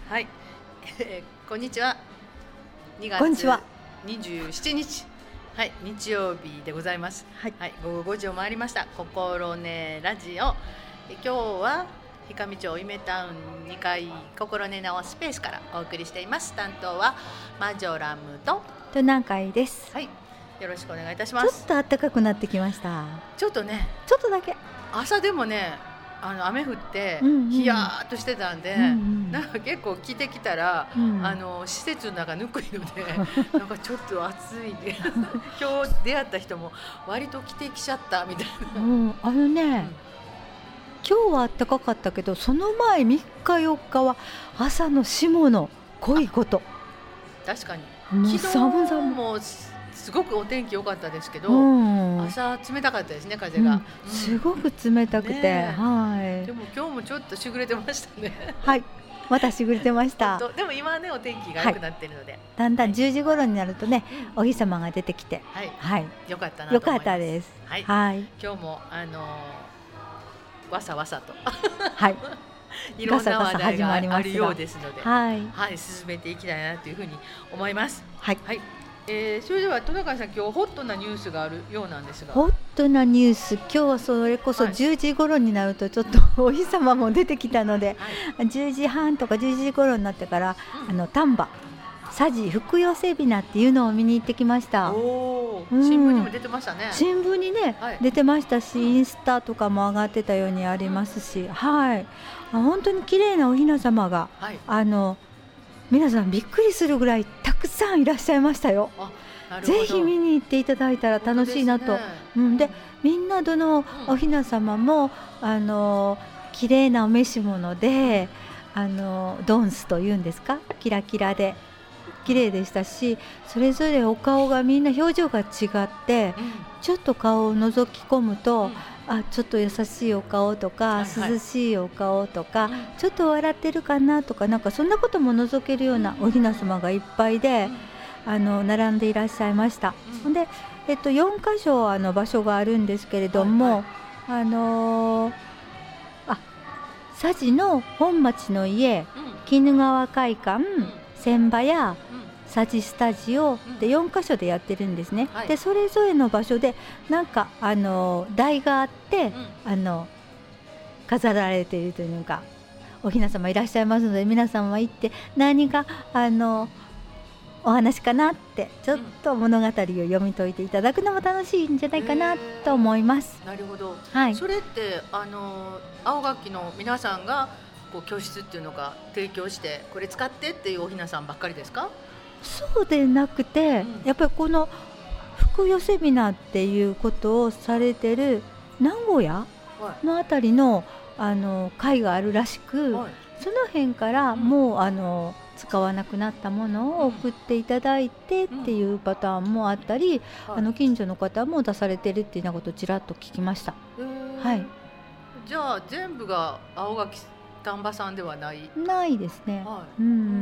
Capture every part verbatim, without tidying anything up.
はい、えー、こんにちは。にがつこんにちは。 にじゅうしちにち、はい、日曜日でございます。 はい、 はい、午後ごじを回りました。心根ラジオ。え今日は氷上町イメタウンにかい心根直スペースからお送りしています。担当はマジョラムとトナカイです。 はい、よろしくお願いいたしまちょす。 っと暖かくなってきました。 ちょっとね、 ちょっとだけ朝でもね、あの雨降ってうんうんヒヤーっとしてたんで、 うんうんなんか結構着てきたら、 うん、 あの施設の中ぬくいのでなんかちょっと暑いで今日出会った人も割と着てきちゃったみたいな、 うん、あのね、うん、今日は暖かかったけど、その前みっかよっかは朝の霜の濃いこと。 確かにもう昨日もすごくお天気良かったですけど、うん、朝冷たかったですね、風が、うん、 すごく冷たくて、ね、はい。 でも今日もちょっとしぐれてましたね。 はい、またしぐれてましたでも今はね、お天気が良くなっているので、はい、 だんだんじゅうじ頃になるとね、うん、お日様が出てきて、 はいはい、 よかったなと思います。よかったです、 はいはい、 今日もあのー、わさわさとはいいろんな話題があるようですので、 はい、 はい、進めていきたいなというふうに思います。 はい、 はい、えー、それでは戸中さん、今日ホットなニュースがあるようなんですが。 ホットなニュース、今日はそれこそじゅうじ頃になるとちょっとお日様も出てきたので、はい、じゅうじはんとかじゅうじ頃になってから、うん、あの丹波佐治福寄せびなっていうのを見に行ってきました。 おー、うん、新聞にも出てましたね。 新聞にね、はい、出てましたし、インスタとかも上がってたようにありますし、うん、はい、あ、本当に綺麗なお雛様が、はい、あの皆さんびっくりするぐらいたくさんいらっしゃいましたよ。ぜひ見に行っていただいたら楽しいなと。で、ね、うん、でみんなどのお雛様も、うん、あの綺麗なお召し物で、あのドンスというんですか、キラキラで綺麗でしたし、それぞれお顔がみんな表情が違って、うん、ちょっと顔を覗き込むと、うん、あ、ちょっと優しいお顔とか、はいはい、涼しいお顔とか、うん、ちょっと笑ってるかなとか、なんかそんなことも覗けるようなお雛様がいっぱいで、うん、あの並んでいらっしゃいました。うん、で、えっと、よんかしょあの場所があるんですけれども、はいはい、あのー、あ佐治の本町の家、うん、鬼怒川会館、うん、千葉屋、佐治スタジオでよんかしょでやってるんですね。はい、でそれぞれの場所でなんかあの台があって、うん、あの飾られているというか、お雛様いらっしゃいますので、皆さんは行って何があのお話かなってちょっと物語を読み解いていただくのも楽しいんじゃないかなと思います。 なるほど、 はい、 それってあの青楽器の皆さんがこう教室っていうのが提供してこれ使ってっていうお雛さんばっかりですか？ そうでなくて、うん、やっぱりこの福寄せびなっていうことをされてる名古屋のあたりの、あの会があるらしく、はい、その辺からもう、うん、あの使わなくなったものを送っていただいてっていうパターンもあったり、うん、あの近所の方も出されてるっていうようなことをちらっと聞きました。はい、 じゃあ全部が青垣丹波さんではないないですね。 はい、うん、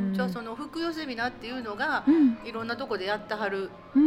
じゃあその福寄せびなっていうのが、うん、いろんなとこでやってはる、うん、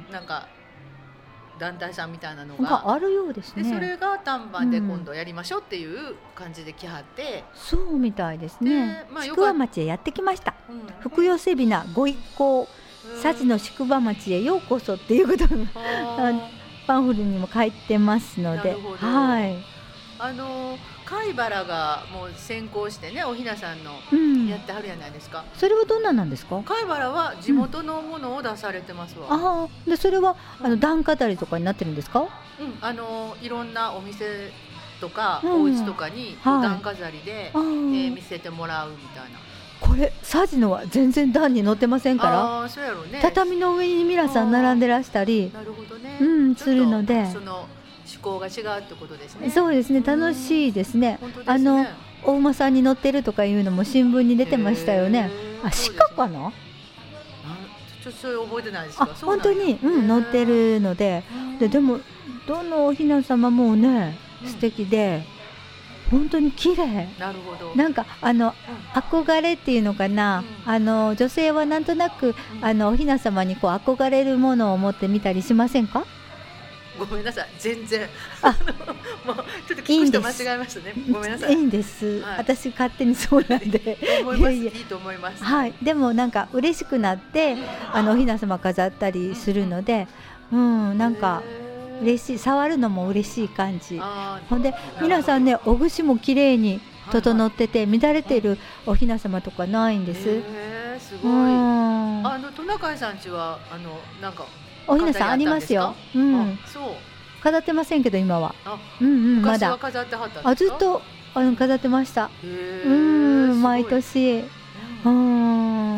なんか団体さんみたいなのがあるようですね。 でそれが丹波で今度やりましょうっていう感じで来はって、 うん、そうみたいですね。まあ、宿場町へやってきました。うん、福寄せびなご一行、佐治の宿場町へようこそっていうことがパンフルにも書いてますので、はい、 あの貝原がもう先行してね、お雛さんのやってはるやないですか。 うん、それはどんななんですか？ 貝原は地元のものを出されてますわ。 うん、あでそれはあの段飾りとかになってるんですか？ うん、あのいろんなお店とか、うん、お家とかに段飾りで、はい、えー、見せてもらうみたいな。 これ佐治のは全然段に載ってませんから、 あ、そうやろうね、 畳の上に皆さん並んでらしたり、 なるほどね、 うん、するので、 その思考が違うってことですね。 そうですね、楽しいですね。ですね、あのお馬さんに乗ってるとかいうのも新聞に出てましたよね。あ、鹿かな？ ちょっとそれ覚えてないですか？ あ、本当に、うん、乗ってるので、ででもどのお雛様もね素敵で、うん、本当に綺麗。 なるほど。 なんかあの、うん、憧れっていうのかな、うん、あの女性はなんとなく、うん、あのお雛様にこう憧れるものを持ってみたりしませんか？ ごめんなさい、全然あのもうちょっと聞く人間違えましたね。ごめんなさい。 いいんです、はい、私勝手にそうなんで思いますいいと思います、 はい、でもなんか嬉しくなってあのお雛様飾ったりするので、うん、うん、なんか嬉しい、触るのも嬉しい感じ。ほんで皆さんね、お串も綺麗に整ってて、乱れているお雛様とかないんです。 すごい。あのトナカイさんちはあのなんかお雛さんありますよ。うん、そう飾ってませんけど今は。うんうん、まだ。 飾ってはったんですか？ あ、ずっとあの飾ってました。うん、毎年。うん。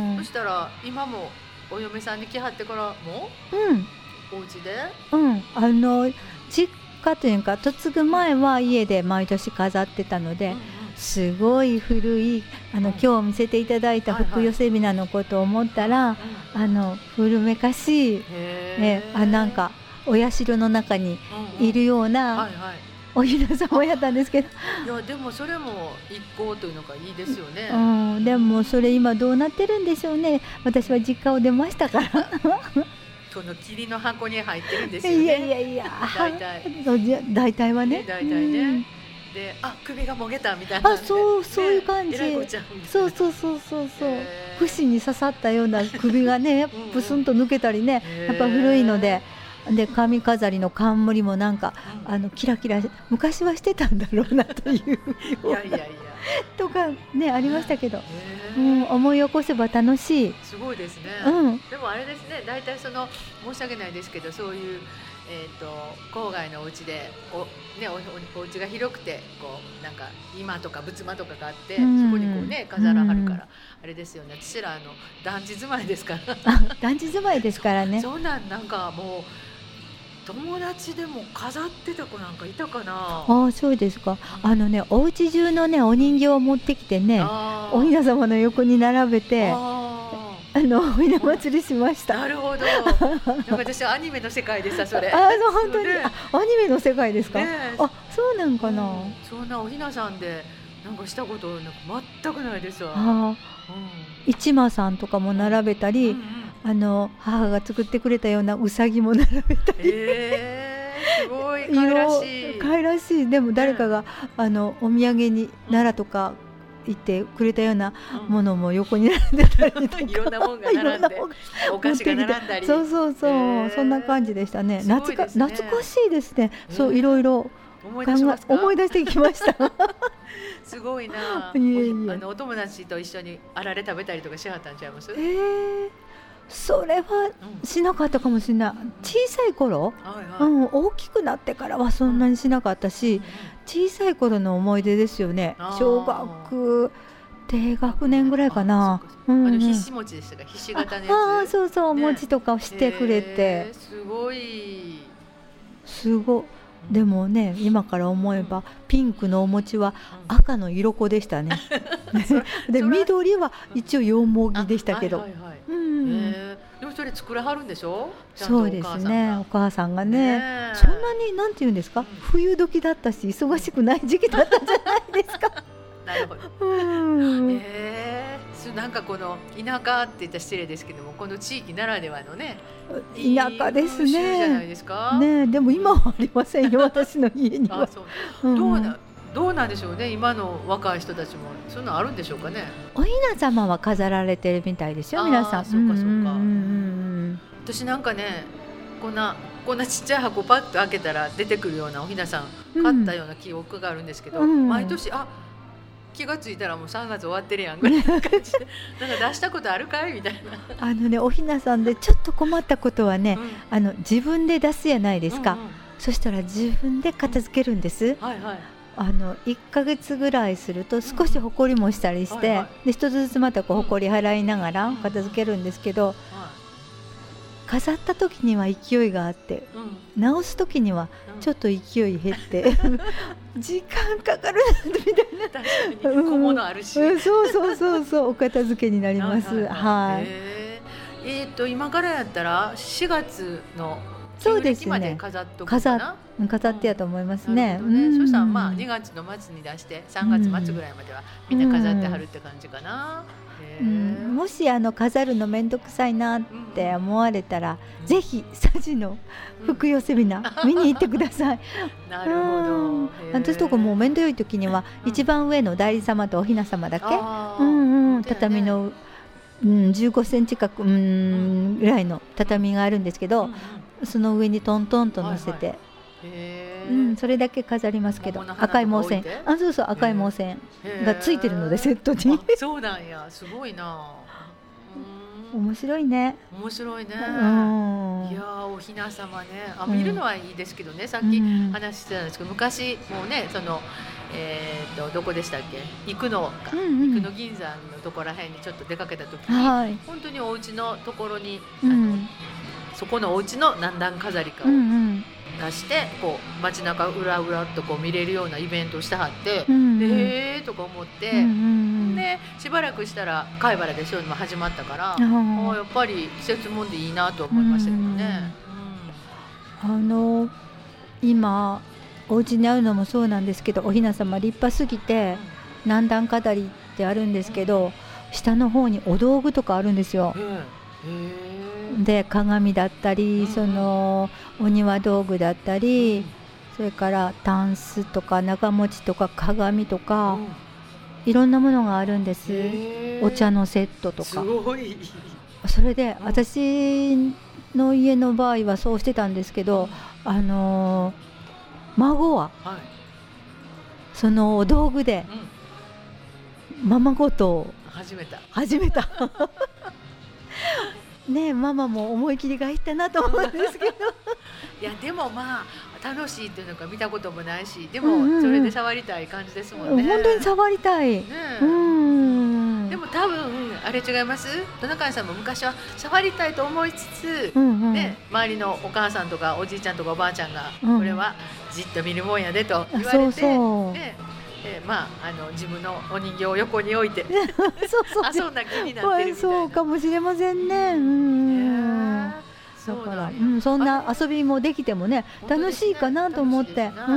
そしたら今もお嫁さんに来はってからも？ うん。 お家で？ うん、あの実家というか嫁ぐ前は家で毎年飾ってたので、うんうん、すごい古いあの、うん、今日見せていただいた福寄せびなのことを思ったら、はいはい、あの古めかしい、ね、あなんかお社の中にいるようなお雛様やったんですけど、 いやでもそれも一行というのがいいですよね。 うん、でもそれ今どうなってるんでしょうね。私は実家を出ましたからその霧の箱に入ってるんですよね。 いやいやいや、大体大体はね、 大体ね、うん、で、あ、首がもげたみたいな、 あ、そうそういう感じ、ね、そうそうそうそうそう、串に刺さったような首がねプスンと抜けたりね、やっぱ古いので、で髪飾りの冠もなんか、うん、あのキラキラ昔はしてたんだろうなといういやいやいやとかねありましたけど、うん、思い起こせば楽しい。 すごいですね、 うん、 でもあれですね、大体その申し訳ないですけど、そういう、えー、と郊外のお家で お,、ね、お, お, お家が広くてこうなんか今とか仏間とかがあって、うん、そこにこう、ね、飾らはるから、うん、あれですよね。私らあの団地住まいですから団地住まいですからね。 そ, そんなんなんかもう友達でも飾ってた子なんかいたかな。 あ、そうですか。あのね、お家中のねお人形を持ってきてね、お雛様の横に並べてあのお雛祭りしました。 なるほど。なんか私はアニメの世界でさ、それあの本当に、ね、あアニメの世界ですか、ね、あ、そうなんかな、うん、 そんなお雛さんでなんかしたことなんか全くないですわ。あ、 うん、一馬さんとかも並べたり、うんうん、あの母が作ってくれたようなうさぎも並べたり、 えー、すごい可愛らしい。 可愛らしい。でも誰かが、うん、あのお土産に奈良とか行ってくれたようなものも横に並んでたりとか、うん、 いろんなもんが並んでお菓子が並んだり、 そうそうそう、えー、そんな感じでしたね。懐か、懐かしいですね、えー、そういろいろ思い出しますか？ 思い出してきましたすごいな。いえいえ、あのお友達と一緒にあられ食べたりとかしはったんちゃいます？ えーそれはしなかったかもしれない、うん、小さい頃、はいはい、うん、大きくなってからはそんなにしなかったし、うん、小さい頃の思い出ですよね。小学低学年ぐらいかな。 あのひし餅でしたか、ひし形のやつ。 ああ、そうそう、ね、お餅とかをしてくれて、 すごいすごい。でもね、今から思えばピンクのお餅は赤の色粉でしたねで緑は一応よもぎでしたけど、 でもそれ作らはるんでしょ？ そうですね、お母さんがね、ね、そんなになんていうんですか、うん、冬時だったし忙しくない時期だったんじゃないですかなるほど、うん、えー、なんかこの田舎って言ったら失礼ですけども、この地域ならではのね、 田舎ですね。 いいじゃないですか。 ね、でも今はありませんよ私の家には。 あ、そう、うん、どうなどうなんでしょうね、今の若い人たちもそんなあるんでしょうかね。 お雛様は飾られてるみたいですよ、皆さん。 そうかそうか、うんうんうん、私なんかね、こんなこんなちっちゃい箱パッと開けたら出てくるようなお雛さん買ったような記憶があるんですけど、うん、毎年あ気がついたらもうさんがつ終わってるやんぐらいな感じでなんか出したことあるかいみたいな。 あのね、お雛さんでちょっと困ったことはね、うん、あの自分で出すやないですか、うんうん、そしたら自分で片付けるんです、うん、はいはい、あのいっかげつぐらいすると少しほこりもしたりして、うんはいはい、で一つずつまたこうほこり払いながら片付けるんですけど、うん、飾った時には勢いがあって、うん、直す時にはちょっと勢い減って、うん、時間かかるみたいな。 確かに小物あるし、 うん、そうそうそうそうお片付けになります。はい、はいはい、 えー、えー、と今からやったらしがつのそうですね。 旧暦まで飾っとくかな。 飾ってやと思いますね。 うん、ね、そしたらまあにがつの末に出してさんがつ末ぐらいまではみんな飾ってはるって感じかな。 うん、もしあの飾るのめんどくさいなって思われたら、うん、ぜひ佐治の福寄セミナー見に行ってください。 なるほど。 私とかもう面倒い時には、うん、一番上の代理様とお雛様だけ、うんうん、畳の、うん、じゅうごセンチ角、うん、ぐらいの畳があるんですけど、うんうん、その上にトントンと乗せて、はいはい、うん、それだけ飾りますけど、赤い毛線、あ、そうそう、赤い毛線がついてるのでセットに。 そうなんや、すごいな。 面白いね。 面白いね。いやお雛様ね、あ、見るのはいいですけどね、うん、さっき話してたんですけど、昔もうね、その、えー、とどこでしたっけ、生野か、うんうん、生野銀山のところらへんにちょっと出かけた時に、はい、本当にお家のところに、うん、あのそこのお家の何段飾りかを、うんうん、出してこう街中うらうらっとこう見れるようなイベントをしてはって、うんうん、でへーとか思って、うんうん、でしばらくしたら貝原でそういうのも始まったから、うん、やっぱり季節もんでいいなと思いましたけどね、 うんうん、あの今お家にあるのもそうなんですけど、お雛様立派すぎて何段飾りってあるんですけど、下の方にお道具とかあるんですよ。へー、で鏡だったり、うん、そのお庭道具だったり、うん、それからタンスとか長持ちとか鏡とか、うん、いろんなものがあるんです。お茶のセットとか。すごい。それで、うん、私の家の場合はそうしてたんですけど、あのー、孫は、はい、そのお道具で、うん、ままごとを始めた。 始めた。ねえ、ママも思い切りがいったなと思うんですけどいやでもまあ楽しいっていうのか見たこともないし、でもそれで触りたい感じですもんね、うんうん、 本当に触りたい、ね、うん、 でも多分あれ違います、トナカイさんも昔は触りたいと思いつつ、うんうん、ね、周りのお母さんとかおじいちゃんとかおばあちゃんが、うん、これはじっと見るもんやでと言われて、そうそう、ね、えー、まあ、あの自分のお人形を横に置いてそうそう遊んだ気になってるみたいな。 そうかもしれませんね。うん、だから、うん、そんな遊びもできてもね、楽しいかなと思って、うん、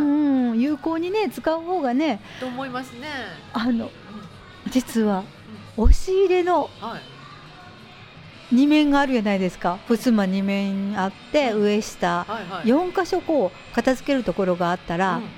有効にね使う方がねと思いますね。 あの、うん、実は、うん、押し入れのに面があるじゃないですか。襖に面あって、うん、上下、はいはい、よん箇所こう片付けるところがあったら、うん、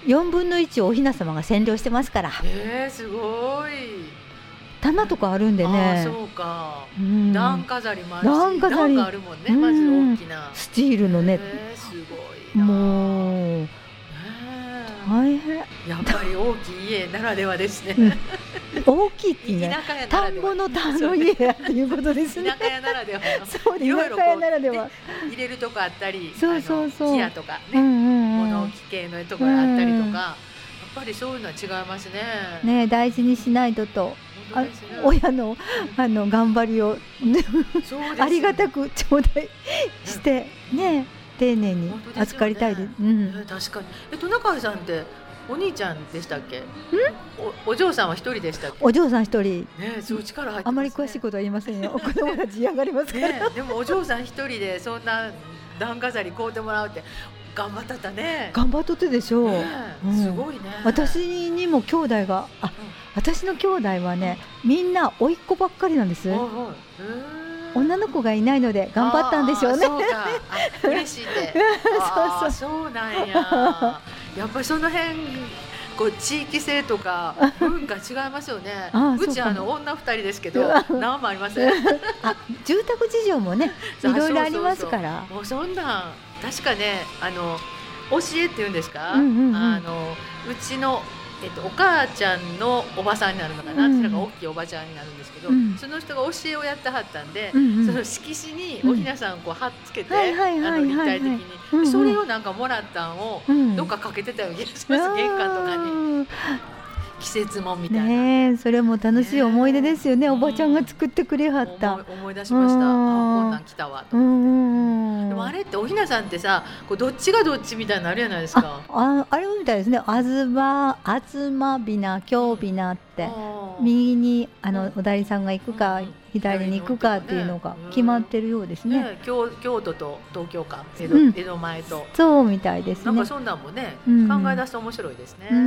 よんぶんのいちをお雛様が占領してますから。 えー、すごい。 棚とかあるんでね。 あ、そうか、うん、段飾りもあるし、 段飾り段があるもんね、まず大きなスチールのね、 えー、すごいな。 もう大変。 やっぱり大きい家ならではですね、 うん、大きいってね、田んぼの田の家やっていうことですね。 田舎屋ならではのそう、田舎屋ならでは入れるとこあったり、 そうそうそう、 木屋とかね、うんうんうん、物置系のところあったりとか、うん、やっぱりそういうのは違いますね。 ね、大事にしないとと、あ、親の、あの頑張りをありがたく頂戴してね、丁寧に扱いたいです。うん、 確かに。え、トナカイさんってお兄ちゃんでしたっけ？お, お嬢さんは一人でしたっけ？ お嬢さん一人。 ね、そう力入ってますね。 あまり詳しいことは言いませんよ。子供たち嫌がりますから。 ね、でもお嬢さん一人でそんな段飾り買うてもらうって頑張ったったね。 頑張っとってでしょう。ね、 うん、すごいね。 私にも兄弟が、あ、うん、私の兄弟はね、みんな甥っ子ばっかりなんです。はいはい、女の子がいないので頑張ったんでしょうね。 そうか、あ、嬉しいね。そうそう、そうなんや。やっぱりその辺こう地域性とか文化違いますよね。うちあの女二人ですけど何もありません。 あ、住宅事情もね、いろいろありますから。 もうそんなん確かね、あの教えっていうんですか、うんうんうん、あのうちのえっと、お母ちゃんのおばさんになるのかな、うん、それが大きいおばちゃんになるんですけど、うん、その人が教えをやってはったんで、うんうん、その色紙にお雛さんこう貼っつけて、立体的に、うんうん、それをなんかもらったんをどっかかけてたような気がします、うん、玄関とかに。季節もみたいなね。それも楽しい思い出ですよね。おばちゃんが作ってくれはった。 思い、思い出しました。あ、こんなん来たわと思って。でもあれっておひなさんってさ、こうどっちがどっちみたいなのあるじゃないですか。 あ、あ、あれみたいですね。あずま、あずまびな、きょうびなって、右にあのおだいりさんが行くか、うん、左に行くかっていうのが決まってるようですね。 ね、京、京都と東京か、江戸、うん、江戸前と。 そうみたいですね。 なんかそんなんもね、うん、考え出すと面白いですね。うん、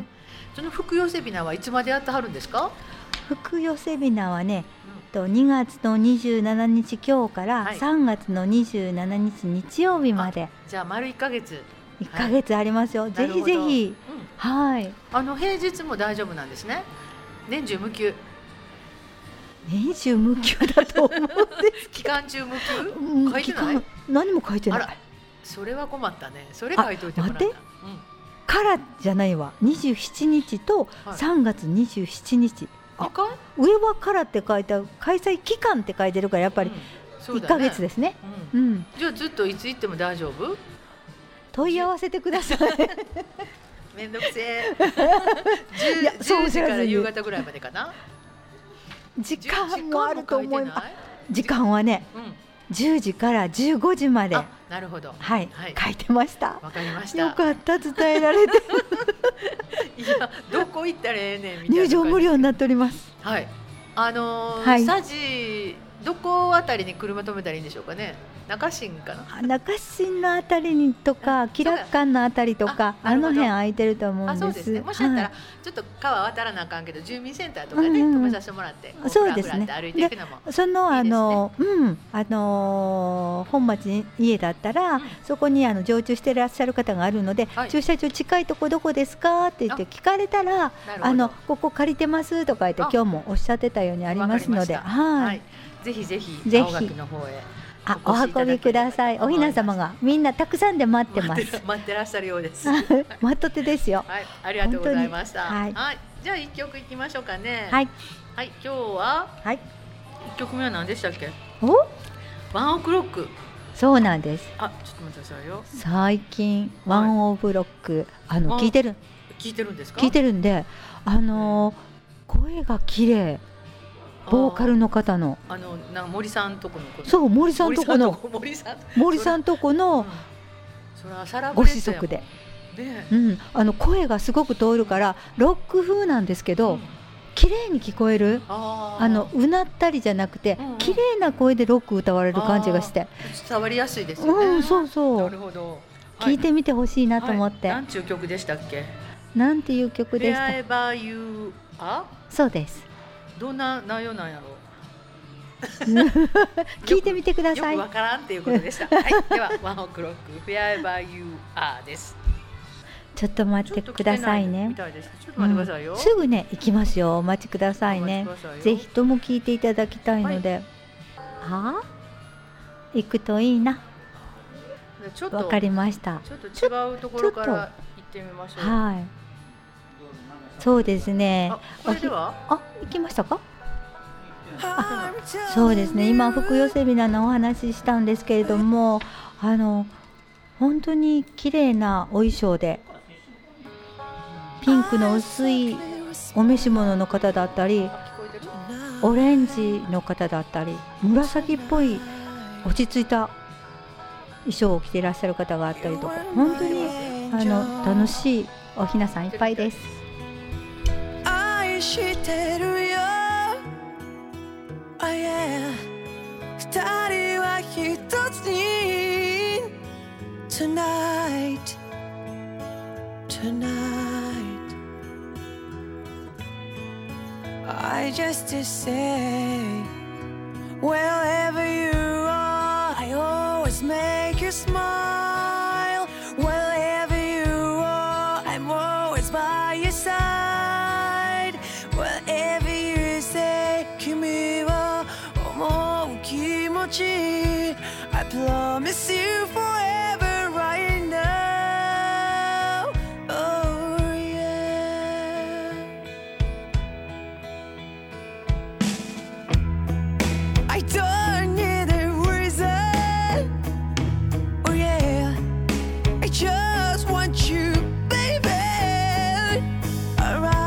その福寄せびなはいつまでやってはるんですか？ 福寄せびなはね、とにがつのにじゅうしちにち今日からさんがつのにじゅうしちにち日曜日まで、はい、 じゃあ丸いっかげついっかげつありますよ、はい、ぜひぜひ、うん、はい。 あの平日も大丈夫なんですね。年中無休。 年中無休だと思うんです期間中無休、書いてない？ 何も書いてない。 あら、それは困ったね。それ書いといてもらった。待って、うん、 からじゃないわ。にじゅうしちにちとさんがつにじゅうしちにち、 はい、 あ、上はからって書いてある、開催期間って書いてるからやっぱりいっかげつですね。 うんうん、じゃあずっといつ行っても大丈夫？ 問い合わせてください。 めんどくせえ。じゅうじから夕方ぐらいまでかな。 時間もあると思います。時間はね、うん、じゅうじからじゅうごじまで。 なるほど。 はい、はい、書いてました。 わかりました。 よかった、伝えられて。 いや、どこ行ったらええねんみたいな。 入場無料になっております。 はい。あのーはい、さじどこあたりに車止めたらいいんでしょうかね。中新かな。 中新のあたりにとか、気楽館のあたりとか、あの辺空いてると思うんです。 あ、そうですね。もしあったら、はい、ちょっと川渡らなあかんけど、住民センターとかで、ね、うんうん、止めさせてもらって、 そうですね。 歩いていくのもいいですね。 そのあのうんあのー、本町に家だったら、うん、そこにあの常駐していらっしゃる方があるので、はい、駐車場近いとこどこですかって言って聞かれたら、あのここ借りてますとか言って今日もおっしゃってたようにありますので、はい、はい、 ぜひぜひ青垣の方へ。 あ、お運びください。おひな様がみんなたくさんで待ってます。 待って、待ってらっしゃるようです。 待っとってですよ。 はい、ありがとうございました。はい、はい、じゃあ一曲いきましょうかね。 はい、 はい、今日は、 はい、 一曲目は何でしたっけ？ お？ ワンオクロック。 そうなんです。 あ、ちょっと待ってくださいよ。 最近ワンオブロック、はい、あの聞いてる。 聞いてるんですか？ 聞いてるんで、あのー、声が綺麗。ボーカルの方のあのな森さんとこのそう森さんとこの森さん森さんとこのご子息で、ね、うん、あの声がすごく通るからロック風なんですけど、うん、綺麗に聞こえる。ああのうなったりじゃなくて、うんうん、綺麗な声でロック歌われる感じがして伝わりやすいですよね。 うん、そうそう。 なるほど。 聞いてみてほしいなと思って。 はいはい、なんちゅう曲でしたっけ？ なんていう曲でした？ Wherever You Are？ そうです。 どんな内容なんやろう。 聞いてみてください。 よくわからんっていうことでした。はい、ではワンオクロック Wherever You Are です。 ちょっと待ってくださいね。 ちょっと待ってくださいよ。 うん、すぐね行きますよ。お待ちくださいね。ぜひとも聞いていただきたいので、はい、はあ、行くといいな。わかりました。 ちょっと違うところから行ってみましょう。 はい。そうですね。 これでは？ あ、行きましたか？あ、そうですね。今福寄せびなのお話ししたんですけれども、あの本当に綺麗なお衣装で、ピンクの薄いお召し物の方だったり、オレンジの方だったり、紫っぽい落ち着いた衣装を着ていらっしゃる方があったりとか、本当にあの楽しいおひなさんいっぱいです。してるよ、oh yeah、 二人は一つに Tonight Tonight I just to say wherever you are I always make you smile wherever you are I'm always by your side.Whatever you say 君は思う気持ち I promise you forever right now Oh yeah I don't need a reason Oh yeah I just want you baby Alright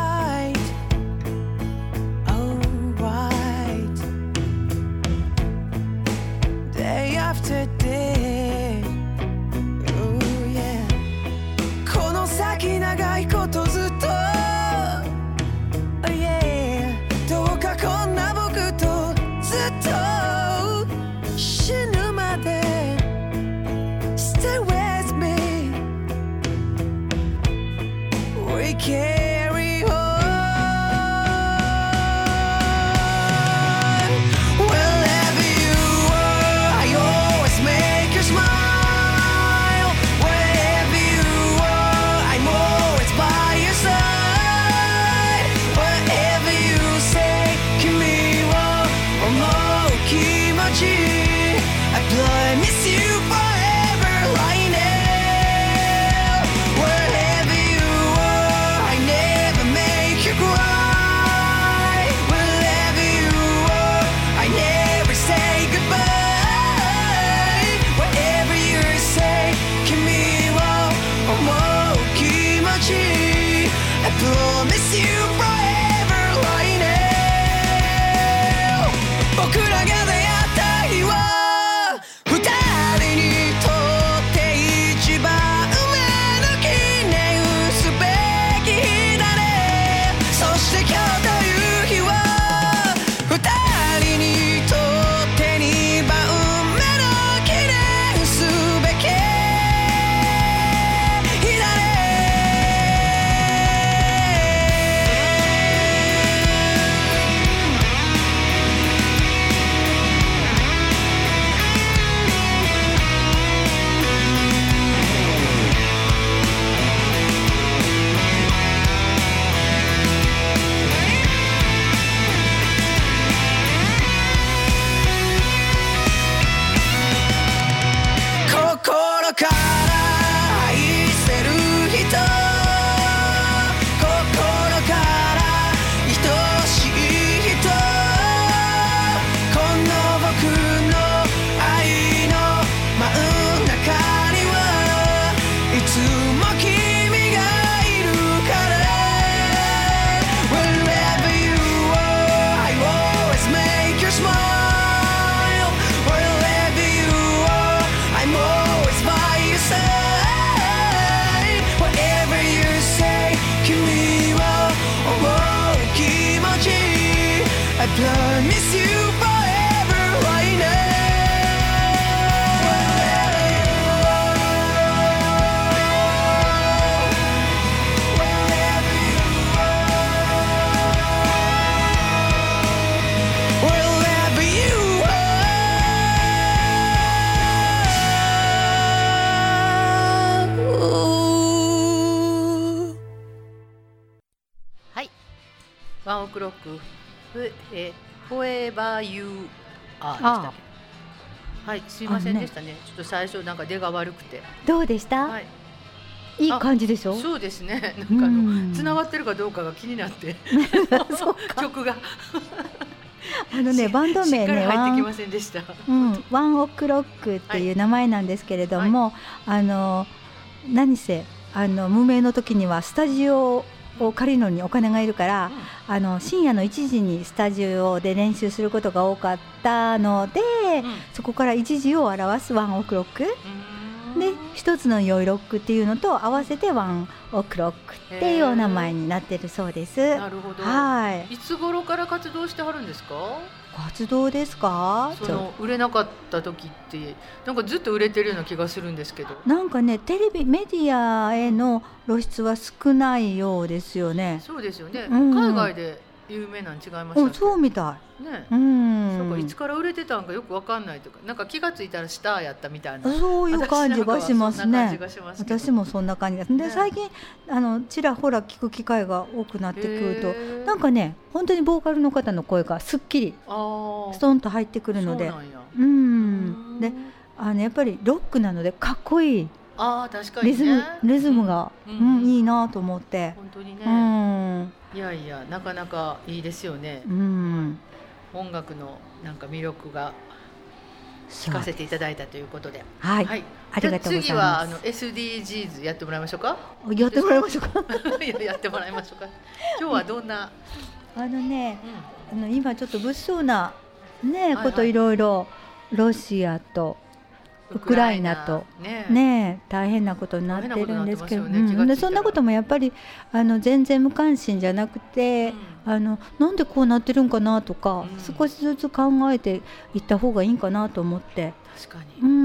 ワンオクロックフえフォエバーユーアーでしたっけ。はい、すいませんでしたね、ねちょっと最初なんか出が悪くて。 どうでした？はい、いい感じでしょ。 そうですね、なんかあのつながってるかどうかが気になって曲があのね、バンド名ね、 入ってきませんでした。 うん、ワンオクロックっていう名前なんですけれども、はい、あの何せあの無名の時にはスタジオを借りるのにお金がいるから、うん、あの深夜のいちじにスタジオで練習することが多かったので、うん、そこからいちじを表すワンオクロック、うん、で一つの酔いロックっていうのと合わせてワンオクロックっていうお名前になってるそうです。 なるほど。 はい。 いつ頃から活動してはるんですか？ 活動ですか？ その売れなかった時ってなんかずっと売れてるような気がするんですけど。 なんかね、テレビメディアへの露出は少ないようですよね。 そうですよね、うん、海外で有名なん違いましたっけ？ そうみたいね。 うん、 そうか、いつから売れてたんかよく分かんないとか、なんか気がついたらスターやったみたいな、 そういう感じがしますね。私もそんな感じです。で、 ね、 最近あのちらほら聞く機会が多くなってくると、なんかね、本当にボーカルの方の声がすっきりストンと入ってくるので、うん、で、あのやっぱりロックなのでかっこいい。 あ、確かにね、 リズム、リズムが、うんうんうん、いいなと思って。 本当にね、うん、いやいや、なかなかいいですよね、うん、音楽のなんか魅力が聞かせていただいたということで、 はい、はい、ありがとうございます。 次はあの エスディージーズ やってもらいましょうか。 やってもらいましょうかいや、やってもらいましょうか。今日はどんなあのね、うん、あの今ちょっと物騒な、ね、こといろいろロシアとウクライナと ね, ね大変なことになってるんですけど、ね、うん、でそんなこともやっぱりあの全然無関心じゃなくて、うん、あのなんでこうなってるんかなとか、うん、少しずつ考えていった方がいいんかなと思って。 確かに、 うん、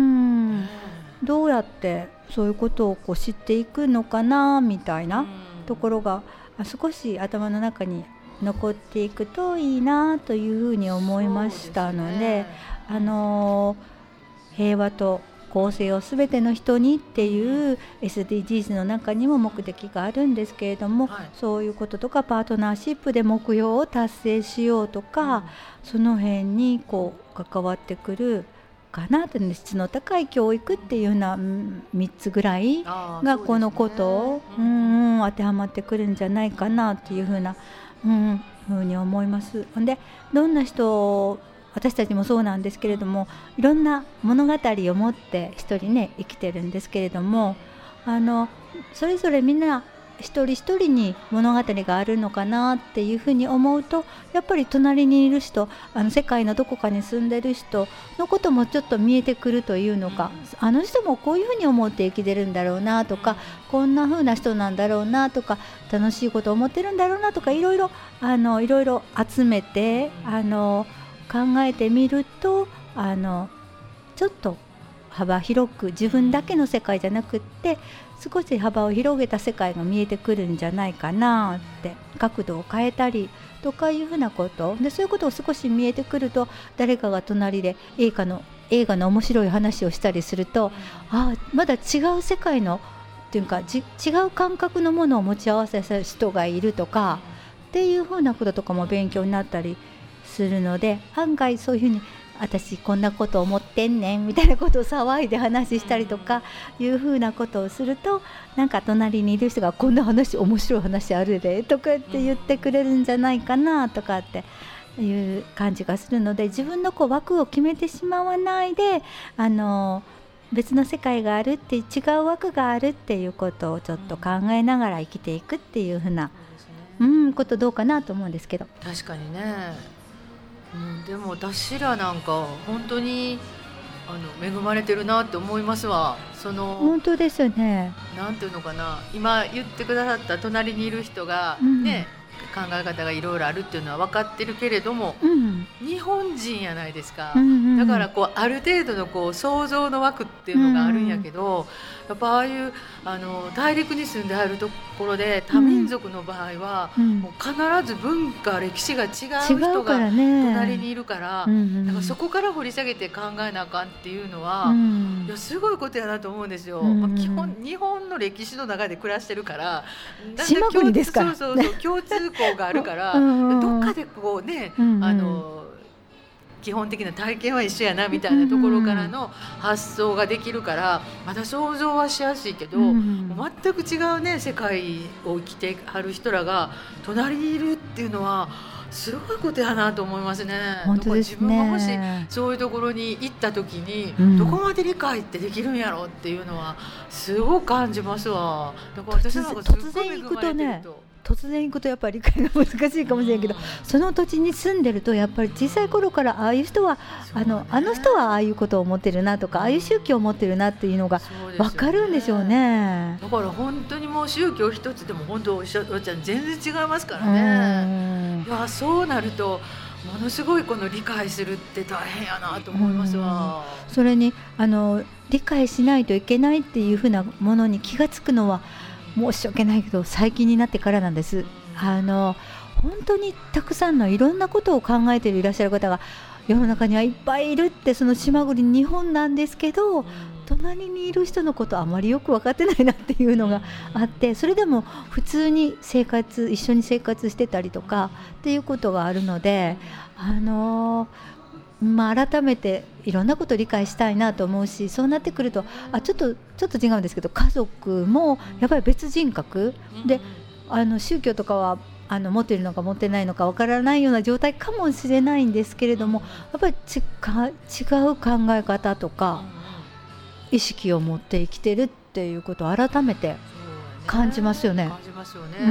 どうやってそういうことをこう知っていくのかなみたいなところが少し頭の中に残っていくといいなというふうに思いましたの で, で、ね、あのー平和と公正をすべての人にっていう エスディージーズ の中にも目的があるんですけれども、はい、そういうこととかパートナーシップで目標を達成しようとか、うん、その辺にこう関わってくるかなと、質の高い教育っていうようなみっつぐらいがこのことを、うん、うん、当てはまってくるんじゃないかなっていうふうな、うん、ふうに思います。で、どんな人私たちもそうなんですけれども、いろんな物語を持って一人ね生きてるんですけれども、あのそれぞれみんな一人一人に物語があるのかなっていうふうに思うと、やっぱり隣にいる人、あの世界のどこかに住んでる人のこともちょっと見えてくるというのか、うん、あの人もこういうふうに思って生きてるんだろうなとか、こんなふうな人なんだろうなとか、楽しいことを思ってるんだろうなとか、いろいろあのいろいろ集めてあの考えてみると、あのちょっと幅広く自分だけの世界じゃなくって少し幅を広げた世界が見えてくるんじゃないかなって、角度を変えたりとかいうふうなことで、そういうことを少し見えてくると、誰かが隣で映画の映画の面白い話をしたりすると、ああまだ違う世界のっていうかじ違う感覚のものを持ち合わせた人がいるとかっていうふうなこととかも勉強になったりするので、案外そういうふうに私こんなこと思ってんねんみたいなことを騒いで話したりとかいうふうなことをすると、なんか隣にいる人がこんな話面白い話あるでとかって言ってくれるんじゃないかなとかっていう感じがするので、自分のこう枠を決めてしまわないで、あの別の世界があるって違う枠があるっていうことをちょっと考えながら生きていくっていうふうな、うん、ことどうかなと思うんですけど。 確かにね、うん、でも私らなんか本当にあの恵まれてるなって思いますわ。その本当ですよね。 なんていうのかな、今言ってくださった隣にいる人がね、うん、考え方がいろいろあるっていうのは分かってるけれども、うん、日本人やないですか、うんうん、だからこうある程度のこう想像の枠っていうのがあるんやけど、うん、やっぱああいうあの大陸に住んであるところで多民族の場合は、うん、もう必ず文化歴史が違う人が隣にいるから、うん、だからそこから掘り下げて考えなあかんっていうのは、うん、いやすごいことやなと思うんですよ、うん、まあ、基本日本の歴史の中で暮らしてるから、 島国ですから、 そうそうそう共通通項があるからうんうんどっかでこうね、 うんうん、 あの基本的な体験は一緒やなみたいなところからの発想ができるからまだ想像はしやすいけど、うん、全く違うね世界を生きてはる人らが隣にいるっていうのはすごいことやなと思いますね。 本当ですね。 自分がもしそういうところに行った時に、うん、どこまで理解ってできるんやろっていうのはすごく感じますわ。だから私なんかすごい恵まれてると突然行くとやっぱり理解が難しいかもしれないけど、うん、その土地に住んでるとやっぱり小さい頃からああいう人は、ね、あのあの人はああいうことを思ってるなとか、うん、ああいう宗教を持ってるなっていうのが分かるんでしょうね。 だから本当にもう宗教一つでも本当おっしゃるちゃん全然違いますからね。いやそうなるとものすごいこの理解するって大変やなと思いますわ。 うん、それにあの理解しないといけないっていうふうなものに気がつくのは申し訳ないけど最近になってからなんです。あの本当にたくさんのいろんなことを考えていらっしゃる方が世の中にはいっぱいいるって、その島国日本なんですけど、隣にいる人のことあまりよく分かってないなっていうのがあって、それでも普通に生活一緒に生活してたりとかっていうことがあるので、あのまあ、改めていろんなことを理解したいなと思うし、そうなってくるとあちょっとちょっと違うんですけど、家族もやっぱり別人格で、あの宗教とかはあの持っているのか持ってないのかわからないような状態かもしれないんですけれども、やっぱりちか違う考え方とか意識を持って生きてるっていうことを改めて感じますよね。 感じますよね。 うん、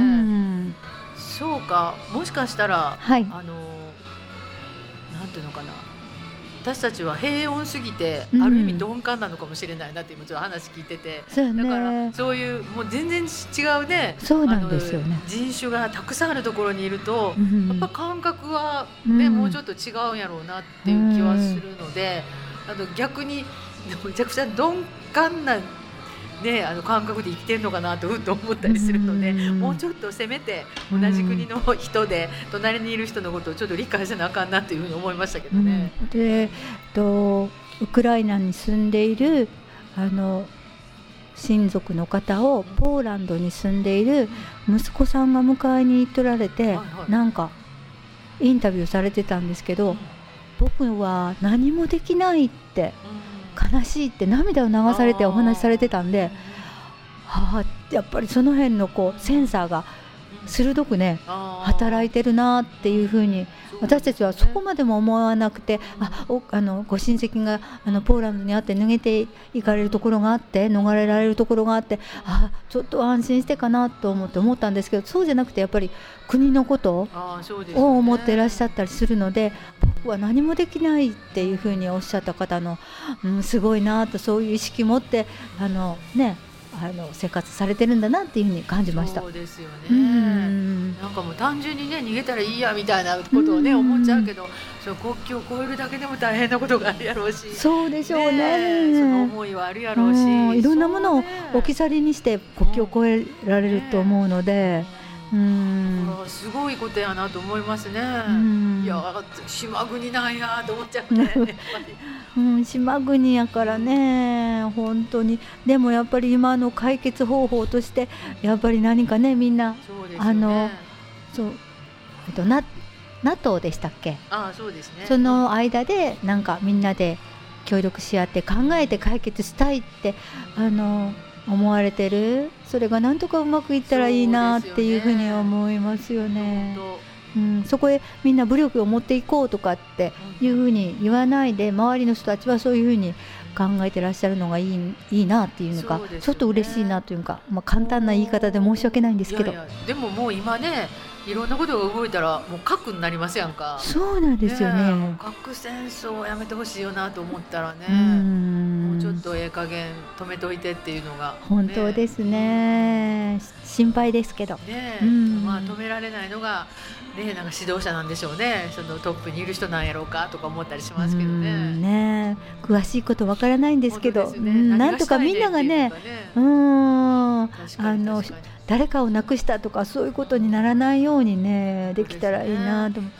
そうか、もしかしたら、 はい、 あのなんていうのかな、私たちは平穏すぎて、うん、ある意味鈍感なのかもしれないなって今ちょっと話聞いてて、 そうね、 だからそういうもう全然違うね、 そうなんですよね、 人種がたくさんあるところにいると、うん、やっぱ感覚は、ね、うん、もうちょっと違うんやろうなっていう気はするので、うん、あと逆にめちゃくちゃ鈍感なね、あの感覚で生きてるのかなとふっと思ったりするので、うん、もうちょっとせめて同じ国の人で隣にいる人のことをちょっと理解せなあかんなというふうに思いましたけどね。 うん、でとウクライナに住んでいるあの親族の方をポーランドに住んでいる息子さんが迎えに行ってられて、はいはい、なんかインタビューされてたんですけど、うん、僕は何もできないって、うん、悲しいって涙を流されてお話しされてたんで、はあ、やっぱりその辺のこうセンサーが鋭くね働いてるなっていうふうに私たちはそこまでも思わなくて、あおあのご親戚があのポーランドにあって逃げていかれるところがあって逃れられるところがあって、あちょっと安心してかなと思って思ったんですけど、そうじゃなくてやっぱり国のことを思っていらっしゃったりするので、僕は何もできないっていうふうにおっしゃった方の、うん、すごいなと、そういう意識を持ってあのねあの生活されてるんだなっていうふうに感じました。 そうですよね。うんなんかもう単純にね逃げたらいいやみたいなことをね思っちゃうけど、その国境を越えるだけでも大変なことがあるやろうし、 そうでしょう ね, ねその思いはあるやろうし、 ういろんなものを置き去りにして国境を越えられると思うので、うーんすごいことやなと思いますね。いや島国なんやと思っちゃうねやっぱりうん、島国やからね本当に。でもやっぱり今の解決方法としてやっぱり何かねみんなそうですよね、 あのそう、えっと、ナトーでしたっけ。 ああそうですね。 その間でなんかみんなで協力し合って考えて解決したいってあの思われてる、それがなんとかうまくいったらいいなっていうふうに思いますよね。うん、そこへみんな武力を持っていこうとかっていうふうに言わないで、周りの人たちはそういうふうに考えてらっしゃるのがいい、いいなっていうのか、ね、ちょっと嬉しいなというか、まあ、簡単な言い方で申し訳ないんですけど、 いやいやでももう今ねいろんなことが動いたらもう核になりますやんか。 そうなんですよね。 ね核戦争をやめてほしいよなと思ったらね、うんもうちょっとええ加減止めといてっていうのが、ね、 本当ですね。心配ですけど、 ねうんまあ、止められないのが、ね、なんか指導者なんでしょうね。そのトップにいる人なんやろうかとか思ったりしますけど ね, うんね詳しいことわからないんですけど、ねうん、なんとかみんながね、うんあの誰かを亡くしたとかそういうことにならないようにねできたらいいなと思う。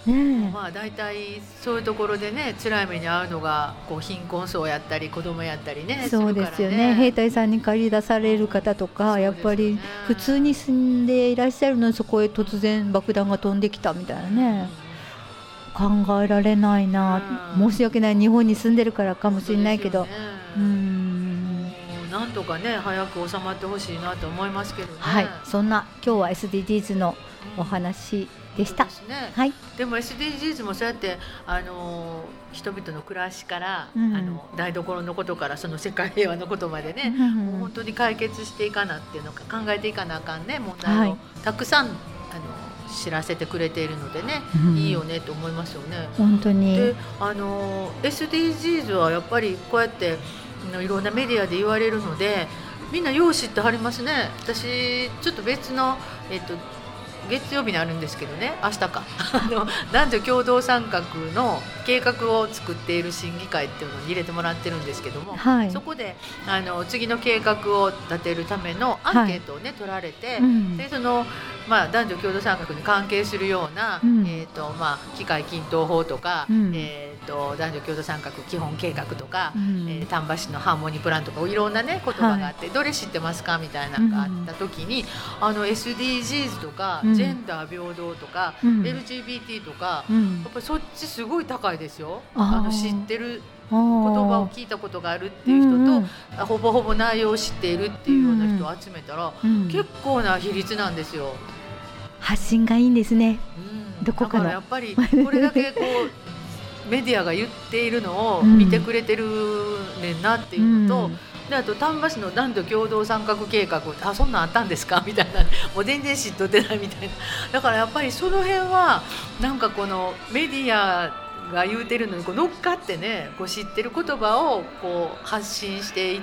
ね、 まあ大体そういうところでね辛い目に遭うのがこう貧困層やったり子供やったりね。 そうですよね。兵隊さんに借り出される方とか、やっぱり普通に住んでいらっしゃるのにそこへ突然爆弾が飛んできたみたいなね、考えられないな、申し訳ない、日本に住んでるからかもしれないけど、うーん、 なんとかね早く収まってほしいなと思いますけどね。 はい、そんな今日は エスディージーズ のお話でした。 そうですね。 はい。 でも エスディージーズ もそうやってあの人々の暮らしから、うん、あの台所のことからその世界平和のことまでね、うんうん、もう本当に解決していかなっていうのか考えていかなあかんね問題をたくさん、はい、あの知らせてくれているのでね、うん、いいよねと思いますよね。 本当に。 であの エスディージーズ はやっぱりこうやっていろんなメディアで言われるのでみんなよう知ってはりますね。私ちょっと別のえっと月曜日にあるんですけどね、明日かあの男女共同参画の計画を作っている審議会っていうのに入れてもらってるんですけども、はい、そこであの次の計画を立てるためのアンケートをね、はい、取られて、うん、でその、まあ、男女共同参画に関係するような、うん、えーとまあ、機械均等法とか、うん、えーと男女共同参画基本計画とか、うん、えー、丹波市のハーモニープランとかいろんな、ね、言葉があって、はい、どれ知ってますかみたいなのがあった時に、うん、あの エスディージーズ とか、うん、ジェンダー平等とか、うん、エルジービーティー とか、うん、やっぱりそっちすごい高いですよ。あの知ってる言葉を聞いたことがあるっていう人と、うん、ほぼほぼ内容を知っているっていうような人を集めたら、うん、結構な比率なんですよ。 発信がいいんですね、うん、どこかの。 だからやっぱりこれだけこうメディアが言っているのを見てくれてるねんなっていうのと、うん、であと丹波市の男女共同参画計画、あそんなんあったんですかみたいな、もう全然知っとってないみたいな。だからやっぱりその辺はなんかこのメディアが言うてるのにこう乗っかってね、こう知ってる言葉をこう発信していって、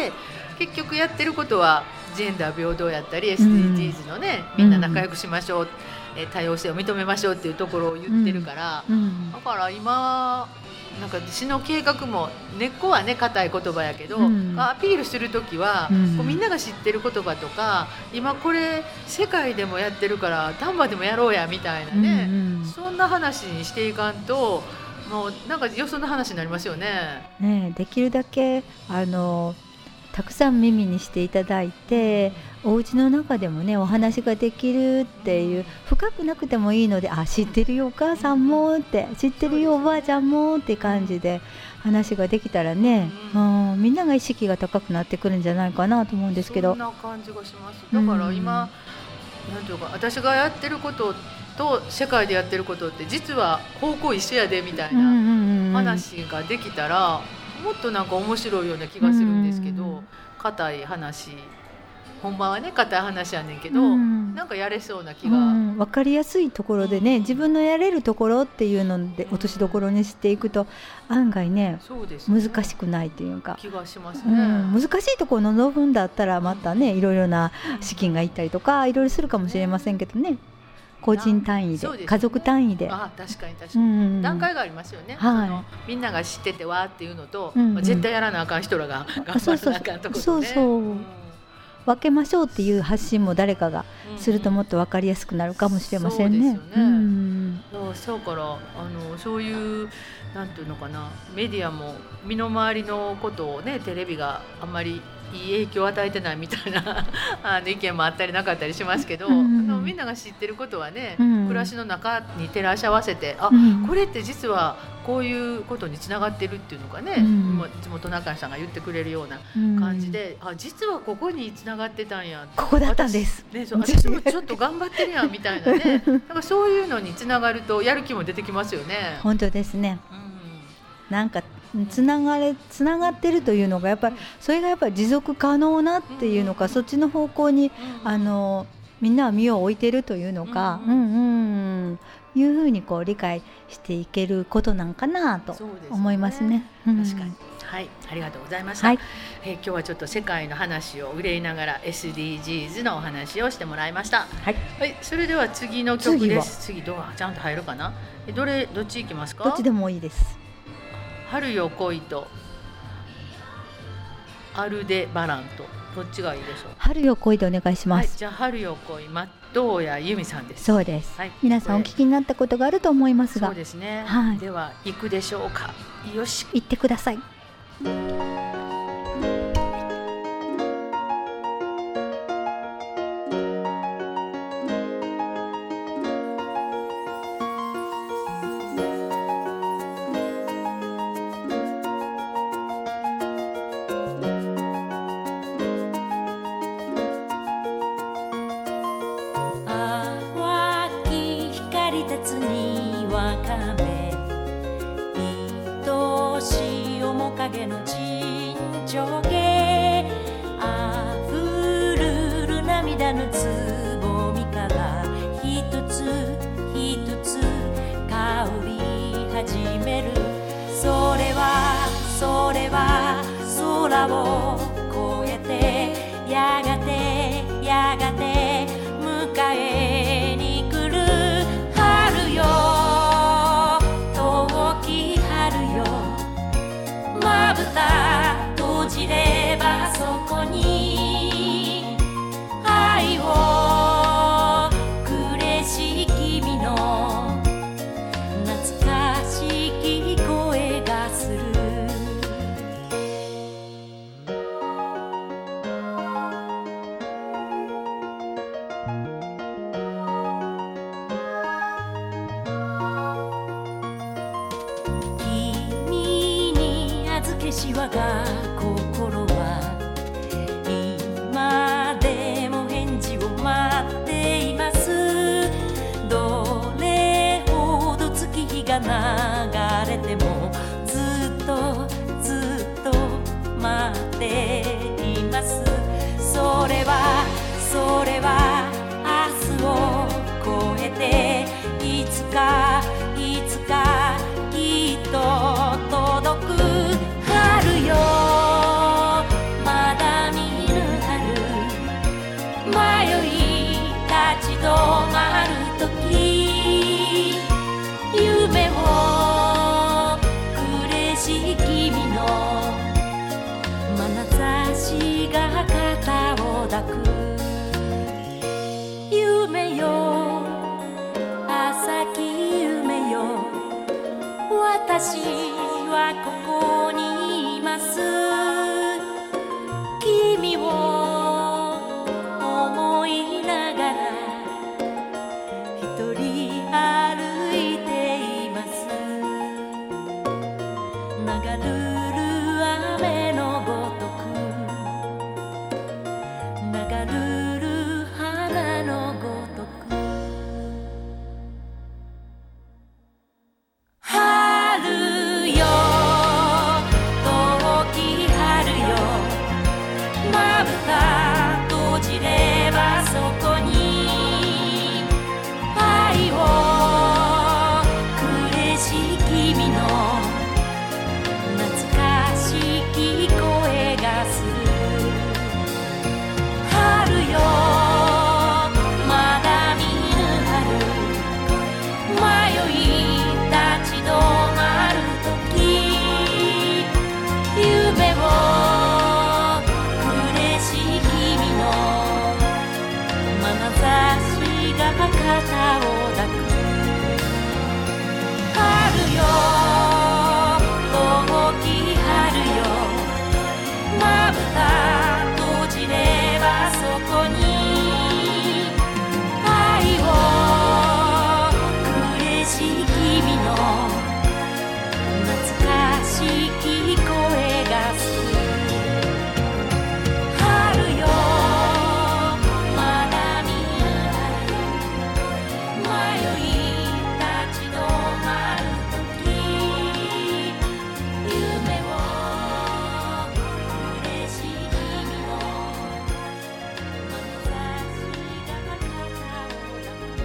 結局やってることはジェンダー平等やったり エスディージーズ のね、うん、みんな仲良くしましょう、うん、多様性を認めましょうっていうところを言ってるから、うん、だから今なんか市の計画も根っこはね固い言葉やけど、うん、アピールするときは、うん、こうみんなが知ってる言葉とか、今これ世界でもやってるから丹波でもやろうやみたいなね、うんうん、そんな話にしていかんともうなんかよその話になりますよね。 ねえ、できるだけあのたくさん耳にしていただいて、お家の中でもねお話ができるっていう、深くなくてもいいので、あ知ってるよお母さんもって、知ってるよおばあちゃんもって感じで話ができたらね、うん、みんなが意識が高くなってくるんじゃないかなと思うんですけど。 そんな感じがします。だから今、うん、なんていうか私がやってることと世界でやってることって実は方向一緒やでみたいな話ができたら、もっとなんか面白いような気がするんですけど、硬い話、本番はね硬い話やねんけど、うん、なんかやれそうな気が、うん、 分かりやすいところでね、うん、自分のやれるところっていうので落としどころにしていくと、案外ね、そうですね、難しくないというか気がしますね、 うん、難しいところの望むんだったらまたねいろいろな資金がいったりとかいろいろするかもしれませんけどね、個人単位で、ね、家族単位で、 あ確かに確かに、うん、段階がありますよね、はい、そのみんなが知っててわーっていうのと、うんうん、まあ、絶対やらなあかん人らが頑張らなあかんところね、 そうそう、うん、分けましょうっていう発信も誰かがするともっと分かりやすくなるかもしれませんね。 そうですよね、うん、そうからあのそういうなんていうのかな、メディアも身の回りのことをねテレビがあんまりいい影響を与えてないみたいなあの意見もあったりなかったりしますけど、うん、あのみんなが知ってることはね、うん、暮らしの中に照らし合わせて、あ、うん、これって実はこういうことにつながってるっていうのがね、うん、地元中西さんが言ってくれるような感じで、うん、あ実はここにつながってたんや、 ここだったんです、 ね、そう私もちょっと頑張ってるやんみたいなねなんかそういうのにつながるとやる気も出てきますよね。 本当ですね、うん、なんかつながれつながってるというのがやっぱりそれがやっぱり持続可能なっていうのか、うん、そっちの方向に、うん、あのみんなは身を置いてるというのか、うんうんうん、いうふうにこう理解していけることなんかなと思いますね。 確かに、はい、ありがとうございました、はい、えー、今日はちょっと世界の話を憂いながら エスディージーズ のお話をしてもらいました。はい、はい、それでは次の曲です。次どうちゃんと入るかな。えどれどっち行きますか。 どっちでもいいです。 春よ来いとアルデバラント、どっちがいいでしょう。 春よ来いでお願いします。 はい、じゃあ春よ来い待って藤谷由美さんです。 そうです、はい、皆さんお聞きになったことがあると思いますが、 そうですね、 はい、 では行くでしょうか。よし、 行ってください。 しわが心は今でも返事を待っています。どれほど月日が流れてもずっとずっと待っています。それはそれは明日を越えていつかいつかきっと届く春よ、まだ見ぬ春、迷い立ち止まるとき、夢をくれし君の眼差しが肩を抱く。夢よ浅き夢よ、私はここにいます。君を思いながら一人歩いています。流るる雨のごとく、流るる花のごとく。春よ遠き春よ、まぶた閉じればそこに愛をくれし君の懐かしき声がする。春よまだ見ぬ春、迷い立ち止まるとき、夢をくれし君の眼差しが肩を抱く。春よ遠き春よ、まぶた閉じればそこに愛をくれし君の懐かしき声がする。春よまだ見ぬ春、迷い立ち止まるとき、夢をくれし君の眼差しが肩を抱く。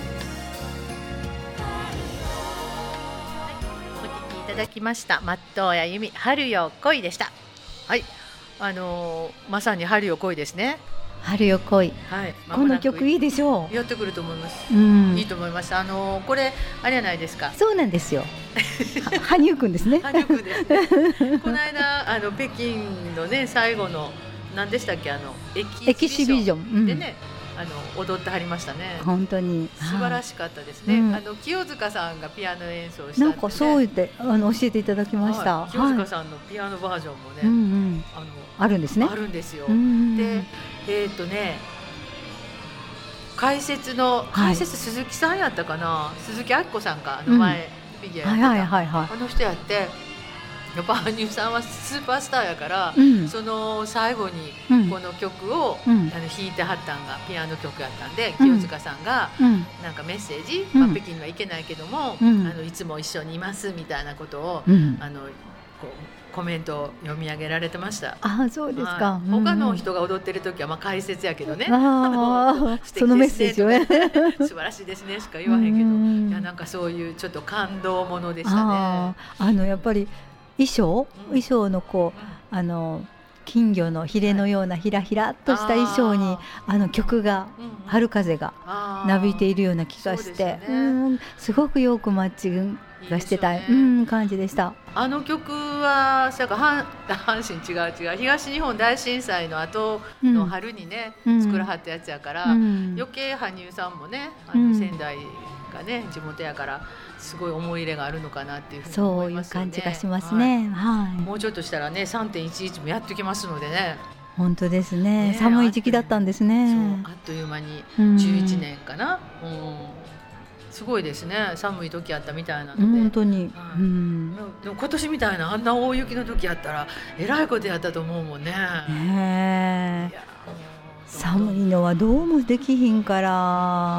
お聞きいただきました松任谷由実、春よ来いでした。はい、あのー、まさに春よ来いですね。 春よ来い、 はい、 この曲いいでしょう。 やってくると思います、 うん、 いいと思います。あのー、これあれじゃないですか。 そうなんですよ羽生くんですね。 羽生くんですねこの間あの北京のね最後の何でしたっけ、あのエキエキシビジョンでね、 うあの踊ってはりましたね。 本当に素晴らしかったですね、 うん、 あの清塚さんがピアノ演奏したんで、ね、 なんかそう言ってあの教えていただきました、 はい、清塚さんのピアノバージョンもね、 はい、うんうん、 あのあるんですね。 あるんですよ、 うんうん、 でえっ、ー、とね解説の解説鈴木さんやったかな、はい、鈴木明子さんか、あの前、うん、フィギュアやってた、はいはいはいはい、あの人やって、やっぱ羽生さんはスーパースターやから、うん、その最後にこの曲を、うん、あの弾いてはったんがピアノ曲やったんで、うん、清塚さんがなんかメッセージ、うん、まあ、北京には行けないけども、うん、あのいつも一緒にいますみたいなことを、うん、あのこうコメントを読み上げられてました。 あ、そうですか、 はい、他の人が踊ってる時はまあ解説やけどね、 あのそのメッセージをね素晴らしいですねしか言わへんけど、いやなんかそういうちょっと感動ものでしたね。 ああのやっぱり衣装、うん、衣装のこう、うん、あの金魚のヒレのようなひらひらっとした衣装に、はい、あの曲が、うん、春風がなびいているような気がして、す、ね、うん、すごくよくマッチングがしてたいい、ね、うん、感じでした。 あの曲は阪神違う違う東日本大震災の後の春にね、うん、作らはったやつやから、うん、余計羽生さんもね、あの仙台がね地元やからすごい思い入れがあるのかなっていうふうに思いますよね。 そういう感じがしますね、はいはい、 もうちょっとしたらね さんてんいちいち もやってきますのでね。 本当です ね, ね寒い時期だったんですね。 そうあっという間にじゅういちねんかな、うんうん、すごいですね。寒い時あったみたいなので、 本当に、はい、 うん、でも今年みたいなあんな大雪の時やったらえらいことやったと思うもんね。 ねえ、寒いのはどうもできひんから、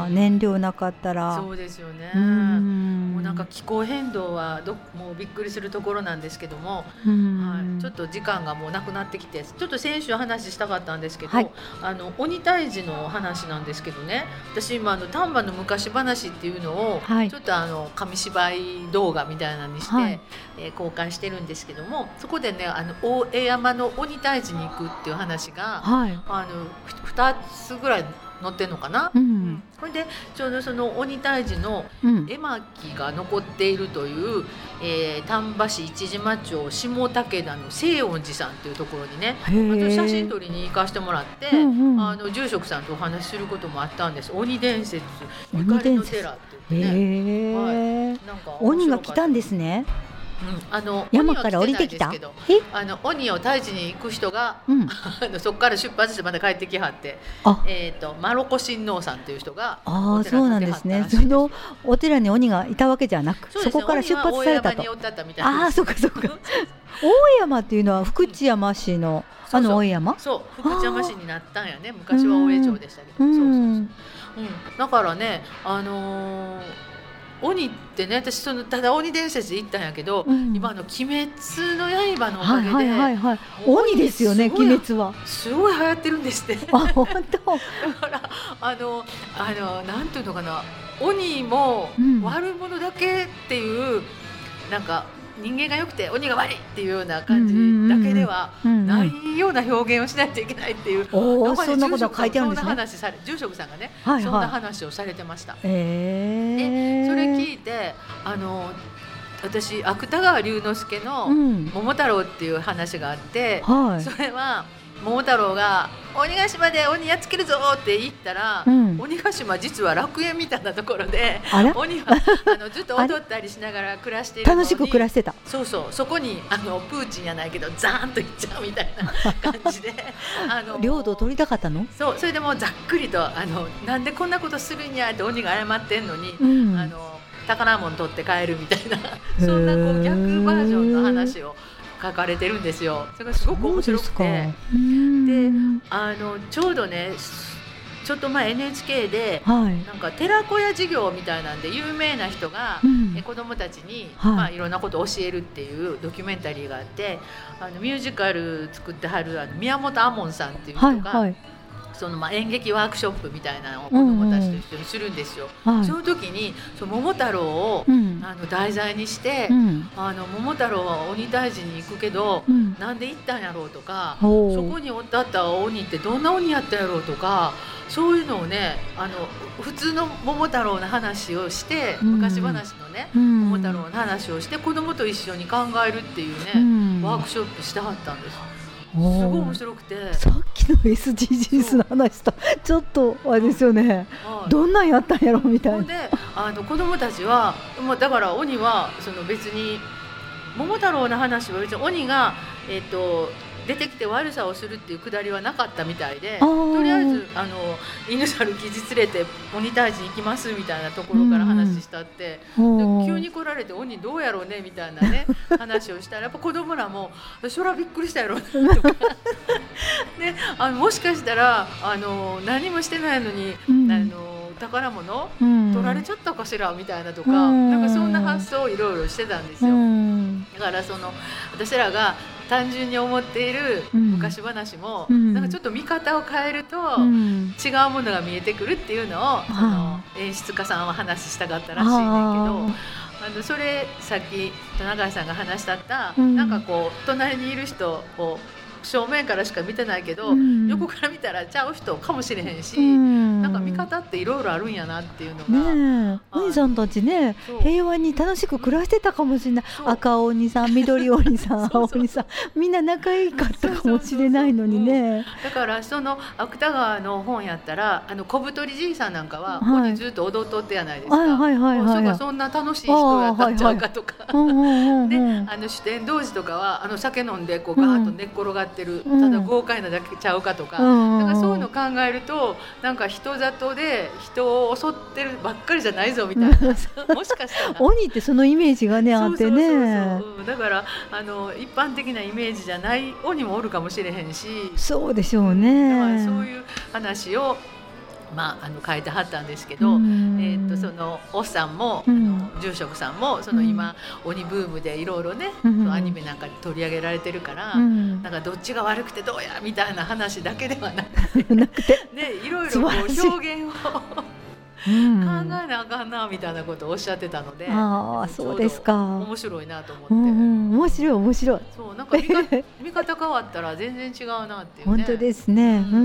燃料なかったら。 そうですよね。もうなんか気候変動はどもうびっくりするところなんですけども、はい、ちょっと時間がもうなくなってきて、ちょっと先週話したかったんですけど、はい、あの鬼退治の話なんですけどね、私今あの丹波の昔話っていうのを、はい、ちょっとあの紙芝居動画みたいなのにして、はい、えー、公開してるんですけども、そこでねあの大江山の鬼退治に行くっていう話が、はい、あのふたつぐらい載ってんのかな、うん、それでちょうどその鬼退治の絵巻が残っているという、うん、えー、丹波市市島町下武田の清音寺さんというところにね、私写真撮りに行かせてもらって、うんうん、あの住職さんとお話しすることもあったんです。鬼伝説ゆかりの寺って言ってね、はい、なんか鬼が来たんですね。 うん、あの山から降りてきたあの鬼を退治に行く人が、うん、あのそこから出発してまた帰ってきはって、えー、とマロコ親王さんという人がああそうなんですね。そのお寺に鬼がいたわけじゃなく、 そ,、ね、そこから出発されたと。ああそうかそうか大江山っていうのは福知山市のあの大江山、 そう福知山市になったんやね。昔は大江町でしたけど、そうそうそう、うん、だからねあのー鬼ってね、私そのただ鬼伝説で行ったんやけど、うん、今の鬼滅の刃のおかげで、はいはいはいはい、 鬼ですよね。鬼滅はすごい流行ってるんですって。 あ本当だからあのあのなんていうのかな、鬼も悪者だけっていう、うん、なんか人間が良くて鬼が悪いっていうような感じだけではないような表現をしないといけないっていう、 うんうん、そんなことが書いてあるんですね。 そんな話され住職さんがね、 はいはい、 そんな話をされてました、 えー、 でそれ聞いてあの私芥川龍之介の「桃太郎」っていう話があって、うん、それは桃太郎が鬼ヶ島で鬼やっつけるぞって言ったら、うん、鬼ヶ島実は楽園みたいなところで鬼はあのずっと踊ったりしながら暮らしているのに楽しく暮らしてた。 そうそう、そこにあのプーチンやないけどザーンといっちゃうみたいな感じであの領土を取りたかったの。 そう、それでもうざっくりとあのなんでこんなことするんやって鬼が謝ってんのに、うん、あの宝物取って帰るみたいなそんなこう逆バージョンの話を書かれてるんですよ。それがすごく面白くて、であのちょうどねちょっと前 エヌエイチケー で、はい、なんか寺子屋事業みたいなんで有名な人が、うん、え子どもたちに、はいまあ、いろんなことを教えるっていうドキュメンタリーがあって、あのミュージカル作ってはるあの宮本亞門さんっていう人が、はいはい、そのまあ演劇ワークショップみたいなのを子どもたちと一緒にするんですよ、うんうん、その時にその桃太郎を、うん、あの題材にして、うん、あの桃太郎は鬼退治に行くけど、うん、なんで行ったんやろうとか、そこにおったった鬼ってどんな鬼やったやろうとか、そういうのをねあの普通の桃太郎の話をして、うん、昔話のね、うん、桃太郎の話をして子どもと一緒に考えるっていうね、うん、ワークショップしてはったんです。すごい面白くて、 さっききの エスディージーズ の話とちょっとあれですよね、うん、どんなんやったんやろみたいな。 であの子供たちはもうだから鬼はその別に桃太郎の話は別に鬼が、えー、と出てきて悪さをするっていうくだりはなかったみたいで、とりあえずあの犬猿キジ連れて鬼退治に行きますみたいなところから話したって、うん、急に来られて鬼どうやろうねみたいなね話をしたらやっぱ子供らもそらびっくりしたやろうなとかであのもしかしたらあの何もしてないのに、うん、あの宝物、うん、取られちゃったかしらみたいなとか、うん、なんかそんな発想をいろいろしてたんですよ、うん、だからその私らが単純に思っている昔話も、うん、なんかちょっと見方を変えると、うん、違うものが見えてくるっていうのを、うん、その演出家さんは話したかったらしいねんけど、あのそれさっき田中さんが話したった、うん、なんかこう隣にいる人を正面からしか見てないけど、うん、横から見たらちゃう人かもしれへんし、うん、なんか見方っていろいろあるんやなっていうのが、 ねえ、お兄さんたちね平和に楽しく暮らしてたかもしれない。赤鬼さん、緑鬼さん、青鬼さんみんな仲良かったかもしれないのにね。 だからその芥川の本やったらあの小太りじいさんなんかは、はい、鬼ずっと踊っとってやないですか、はいはいはいはい、それがそんな楽しい人やったんちゃうかとか、であの酒呑童子とかはあの酒飲んでこうガーッと寝っ転がっててる、ただ豪快なだけちゃうかとか、うん、だからそういうのを考えるとなんか人里で人を襲ってるばっかりじゃないぞみたいなもしかしたら鬼ってそのイメージがねあってね、そうそうそうそう、 だからあの一般的なイメージじゃない鬼もおるかもしれへんし、 そうでしょうね。 だからそういう話をまあ、あの書いてはったんですけど、えー、とそのおっさんも、うん、あの住職さんもその今、うん、鬼ブームでいろいろね、うん、アニメなんかに取り上げられてるから、うん、なんかどっちが悪くてどうやみたいな話だけではなくて、ね、いろいろこう表現を考えなあかんなみたいなことをおっしゃってたので、 あ、そうですか、 面白いなと思って、 うんうん、面白い面白い、 そうなんか 見, か見方変わったら全然違うなっていうね。 本当ですね、うんうんうん、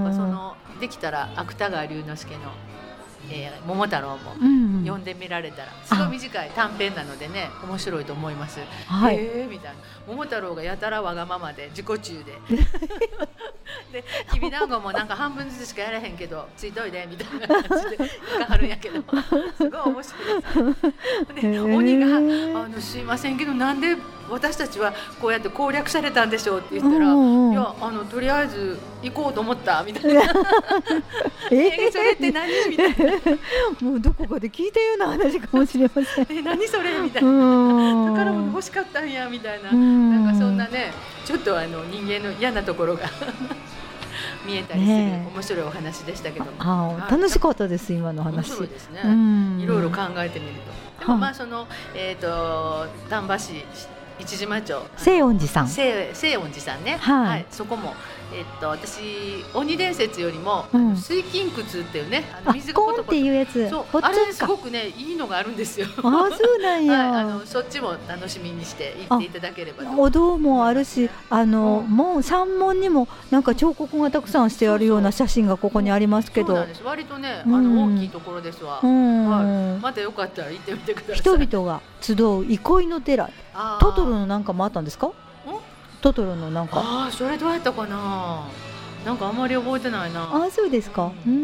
なんかそのできたら芥川龍之介の、えー、桃太郎も読んでみられたら、すごい短い短編なのでね面白いと思います、はい、えーみたいな、桃太郎がやたらわがままで自己中でできびだんごもなんか半分ずつしかやらへんけどついといでみたいな感じで言かはるんやけどすごい面白いですで鬼があのすいませんけどなんで私たちはこうやって攻略されたんでしょうって言ったら、うんうん、いやあのとりあえず行こうと思ったみたいなえー、それって何みたいなもうどこかで聞いたような話かもしれませんえ何それみたいな宝物欲しかったんやみたいな、なんかそんなねちょっとあの人間の嫌なところが見えたりする、ね、面白いお話でしたけども、 あ楽しかったです今の話。 面白いですね、いろいろ考えてみると。でもまあその、えー、と丹波市一島町清音寺さん清音寺さんね、はいはい、そこも、えー、と私鬼伝説よりも、うん、水金窟っていうねあの水がポトポトっていうやつ、 そうあれすごくねいいのがあるんですよ。 あそうなんや、 はい、あのそっちも楽しみにして行っていただければと。 お堂もあるしあの、うん、門山門にもなんか彫刻がたくさんしてあるような写真がここにありますけど、 そうなんです、割とねあの大きいところですわ、うんはい、またよかったら行ってみてください。 人々が集う憩いの寺、トトロのなんかもあったんですか？トトロのなんかあそれどうやったかな、なんかあんまり覚えてないな。 あそうですか、うん、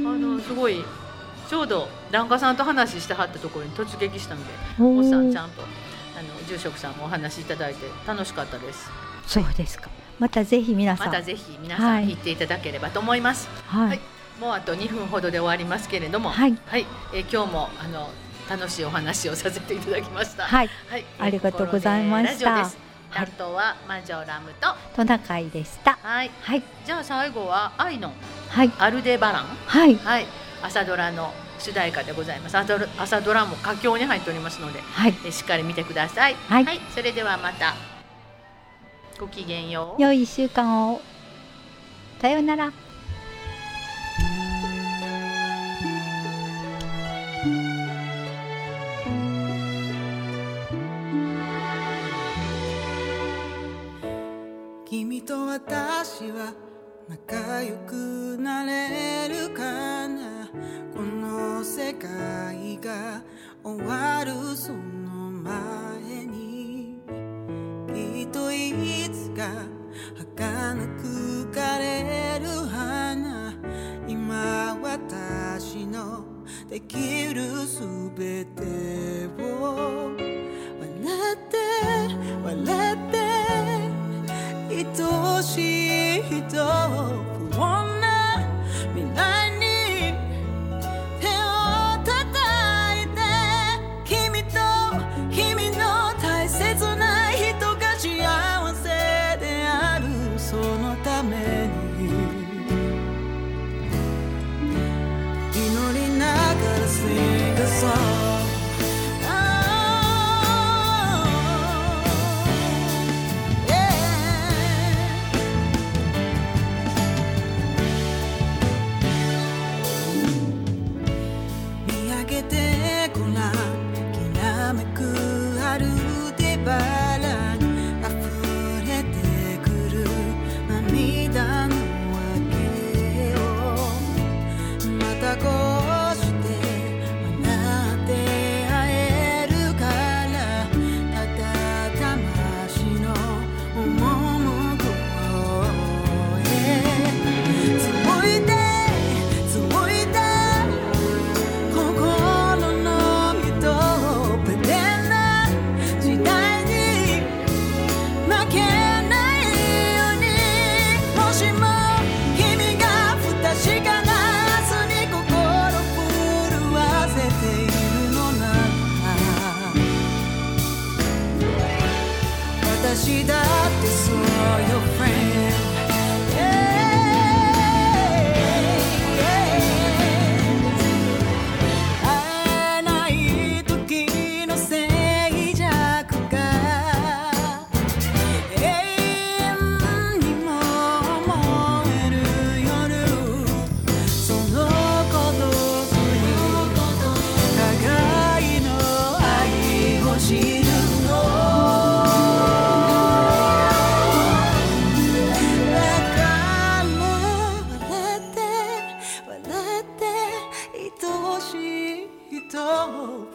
あのすごいちょうど檀家さんと話してはったところに突撃したのでおっさんちゃんとあの住職さんもお話しいただいて楽しかったです。 そうですか、またぜひ皆さんまたぜひ皆さん行っていただければと思います、はいはい、もうあとにふんほどで終わりますけれども、はいはいえー、今日もあの楽しいお話をさせていただきました。 はい、はい、ありがとうございました。ラジオです。 担当はマジョラムとトナカイでした。 はい、はい、じゃあ最後は愛のアルデバラン、 はい、 はい、朝ドラの主題歌でございます。朝ドラも佳境に入っておりますので、はい、えしっかり見てください。はい、はい、それではまたごきげんよう。 良いいっしゅうかんを。さようなら。 君と私は仲良くなれるかな、この世界が終わるその前にきっといつか儚くできるすべてを笑って笑って愛しい人不穏な未来に手を叩いて君と君の大切な人が幸せであるそのために祈りながら Sing a song私だってそうよ friend会えない時の静寂が永遠にも燃える夜そのことに互いの愛を知る愛しい人